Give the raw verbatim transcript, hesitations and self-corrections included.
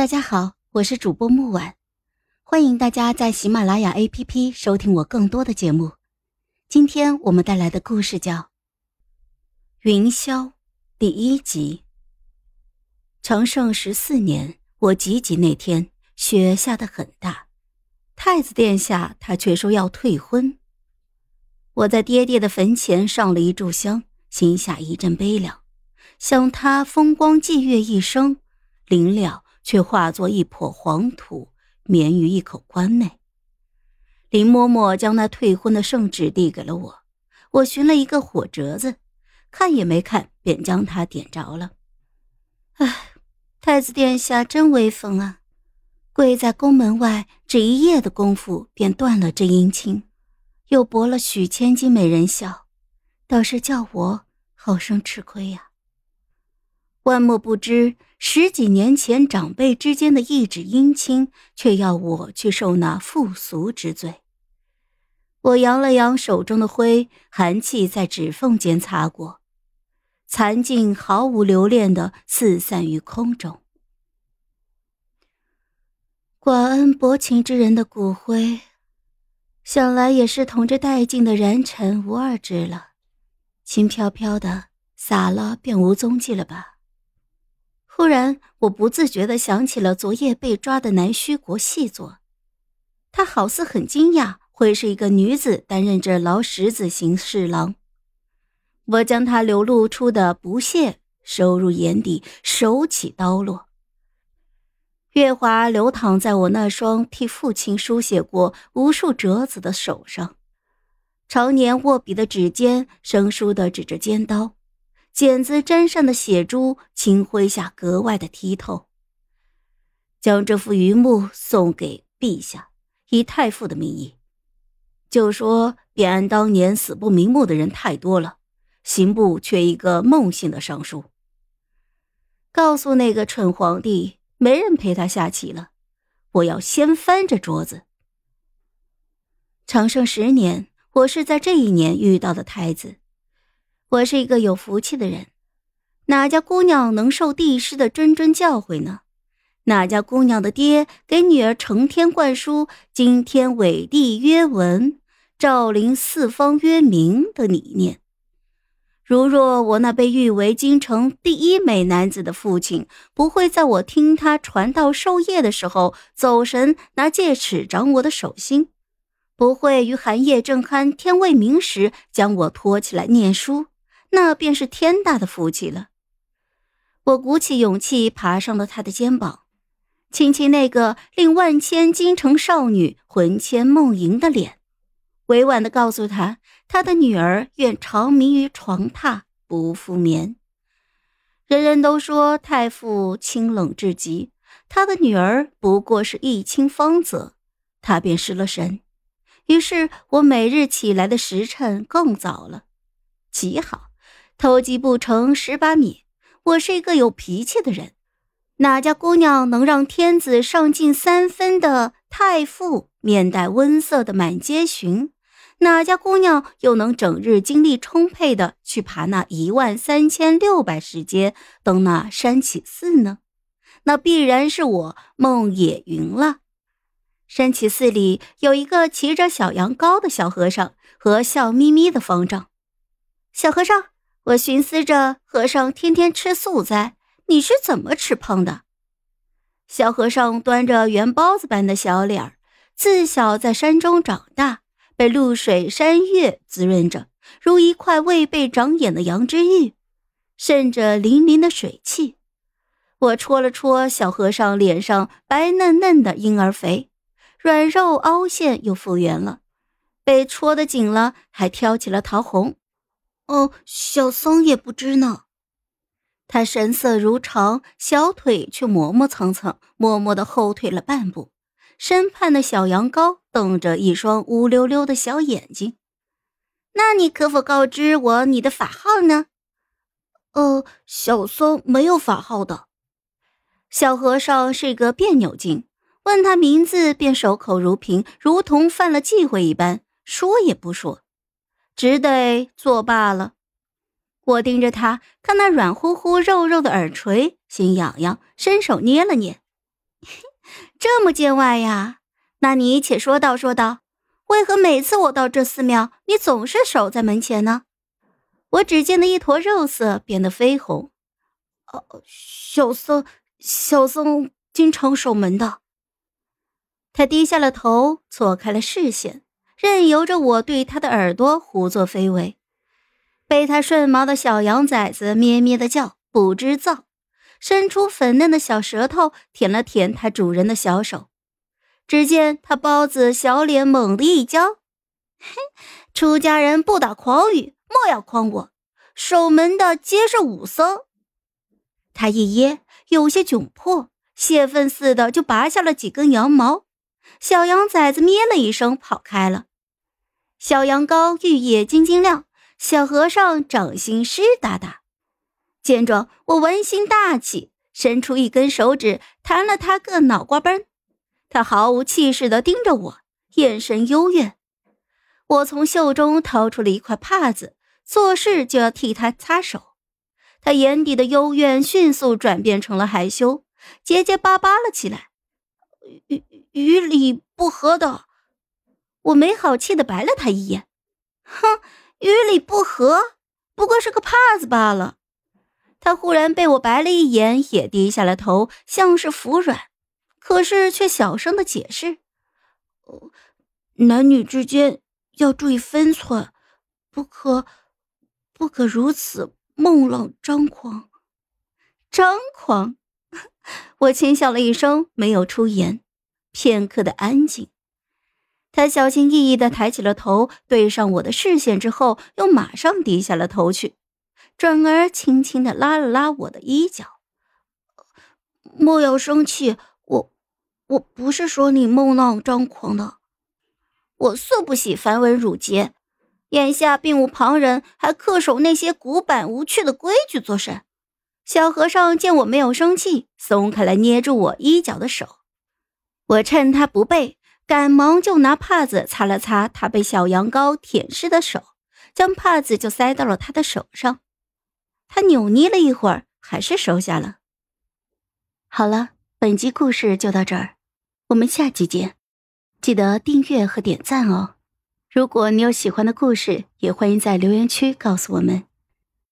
大家好，我是主播木婉，欢迎大家在喜马拉雅 A P P 收听我更多的节目。今天我们带来的故事叫《云霄》第一集。长盛十四年，我及笄那天，雪下得很大，太子殿下他却说要退婚。我在爹爹的坟前上了一炷香，心下一阵悲凉，想他风光霁月一生，临了却化作一抔黄土，眠于一口棺内。林嬷嬷将那退婚的圣旨递给了我，我寻了一个火折子，看也没看便将它点着了。唉，太子殿下真威风啊，跪在宫门外只一夜的功夫便断了这姻亲，又博了许千金美人笑，倒是叫我好生吃亏呀、啊。万莫不知，十几年前长辈之间的一纸姻亲，却要我去受那负俗之罪。我扬了扬手中的灰，寒气在指缝间擦过，残烬毫无留恋地四散于空中。寡恩薄情之人的骨灰，想来也是同这殆尽的燃尘无二之了，轻飘飘的洒了便无踪迹了吧。忽然我不自觉地想起了昨夜被抓的南虚国细作，他好似很惊讶会是一个女子担任着劳什子行侍郎。我将他流露出的不屑收入眼底，手起刀落。月华流淌在我那双替父亲书写过无数折子的手上，常年握笔的指尖生疏地指着尖刀，剪子沾上的血珠清辉下格外的剔透。将这幅榆木送给陛下，以太傅的名义，就说便安当年死不瞑目的人太多了，刑部缺一个孟姓的尚书。告诉那个蠢皇帝，没人陪他下棋了，我要掀翻这桌子。长盛十年，我是在这一年遇到的太子。我是一个有福气的人，哪家姑娘能受帝师的谆谆教诲呢？哪家姑娘的爹给女儿成天灌输今天伟帝曰文，昭临四方曰明的理念？如若我那被誉为京城第一美男子的父亲，不会在我听他传道授业的时候走神拿戒尺掌我的手心，不会于寒夜正酣天未明时将我拖起来念书，那便是天大的福气了。我鼓起勇气爬上了他的肩膀，亲亲那个令万千京城少女魂牵梦萦的脸，委婉地告诉他，他的女儿愿长眠于床榻，不复眠。人人都说太傅清冷至极，他的女儿不过是一清芳泽，他便失了神。于是我每日起来的时辰更早了。极好，偷鸡不成蚀把米，我是一个有脾气的人，哪家姑娘能让天子上进三分的太傅面带温色的满街巡？哪家姑娘又能整日精力充沛的去爬那一万三千六百石阶，登那山启寺呢？那必然是我孟野云了。山启寺里有一个骑着小羊羔的小和尚和笑眯眯的方丈。小和尚，我寻思着和尚天天吃素斋，你是怎么吃胖的？小和尚端着圆包子般的小脸儿，自小在山中长大，被露水山月滋润着，如一块未被长眼的羊脂玉，渗着淋淋的水汽。我戳了戳小和尚脸上白嫩嫩的婴儿肥，软肉凹陷又复原了，被戳得紧了，还挑起了桃红。哦，小僧也不知呢。他神色如常，小腿却磨磨蹭蹭，默默地后退了半步。身畔的小羊羔瞪着一双乌溜溜的小眼睛。那你可否告知我你的法号呢？呃，小僧没有法号的。小和尚是个别扭精，问他名字便守口如瓶，如同犯了忌讳一般，说也不说，只得作罢了。我盯着他，看那软乎乎肉肉的耳垂，心痒痒，伸手捏了捏。 这么见外呀？那你且说道说道，为何每次我到这寺庙，你总是守在门前呢？我只见的一坨肉色变得绯红。哦，小僧，小僧经常守门的。他低下了头，错开了视线，任由着我对他的耳朵胡作非为。被他顺毛的小羊崽子咩咩的叫，不知燥，伸出粉嫩的小舌头舔了舔他主人的小手。只见他包子小脸猛地一僵，嘿，出家人不打诳语，莫要诓我，守门的皆是武僧。他一噎，有些窘迫，泄愤似的就拔下了几根羊毛。小羊崽子咩了一声跑开了。小羊羔玉眼晶晶亮，小和尚掌心湿哒哒。见状，我闻心大起，伸出一根手指弹了他个脑瓜崩。他毫无气势地盯着我，眼神幽怨。我从袖中掏出了一块帕子，作势就要替他擦手。他眼底的幽怨迅速转变成了害羞，结结巴巴了起来。与与理不合的。我没好气地白了他一眼。哼，与理不合，不过是个帕子罢了。他忽然被我白了一眼，也低下了头，像是服软，可是却小声地解释：哦，男女之间要注意分寸，不可不可如此梦浪张狂。张狂？我轻笑了一声，没有出言。片刻的安静，他小心翼翼地抬起了头，对上我的视线之后，又马上低下了头去，转而轻轻地拉了拉我的衣角。莫要生气，我我不是说你梦浪张狂的。我素不喜繁文缛节，眼下并无旁人，还恪守那些古板无趣的规矩做甚？小和尚见我没有生气，松开了捏住我衣角的手。我趁他不备，赶忙就拿帕子擦了擦他被小羊羔舔湿的手，将帕子就塞到了他的手上。他扭捏了一会儿，还是收下了。好了，本集故事就到这儿，我们下集见，记得订阅和点赞哦。如果你有喜欢的故事，也欢迎在留言区告诉我们。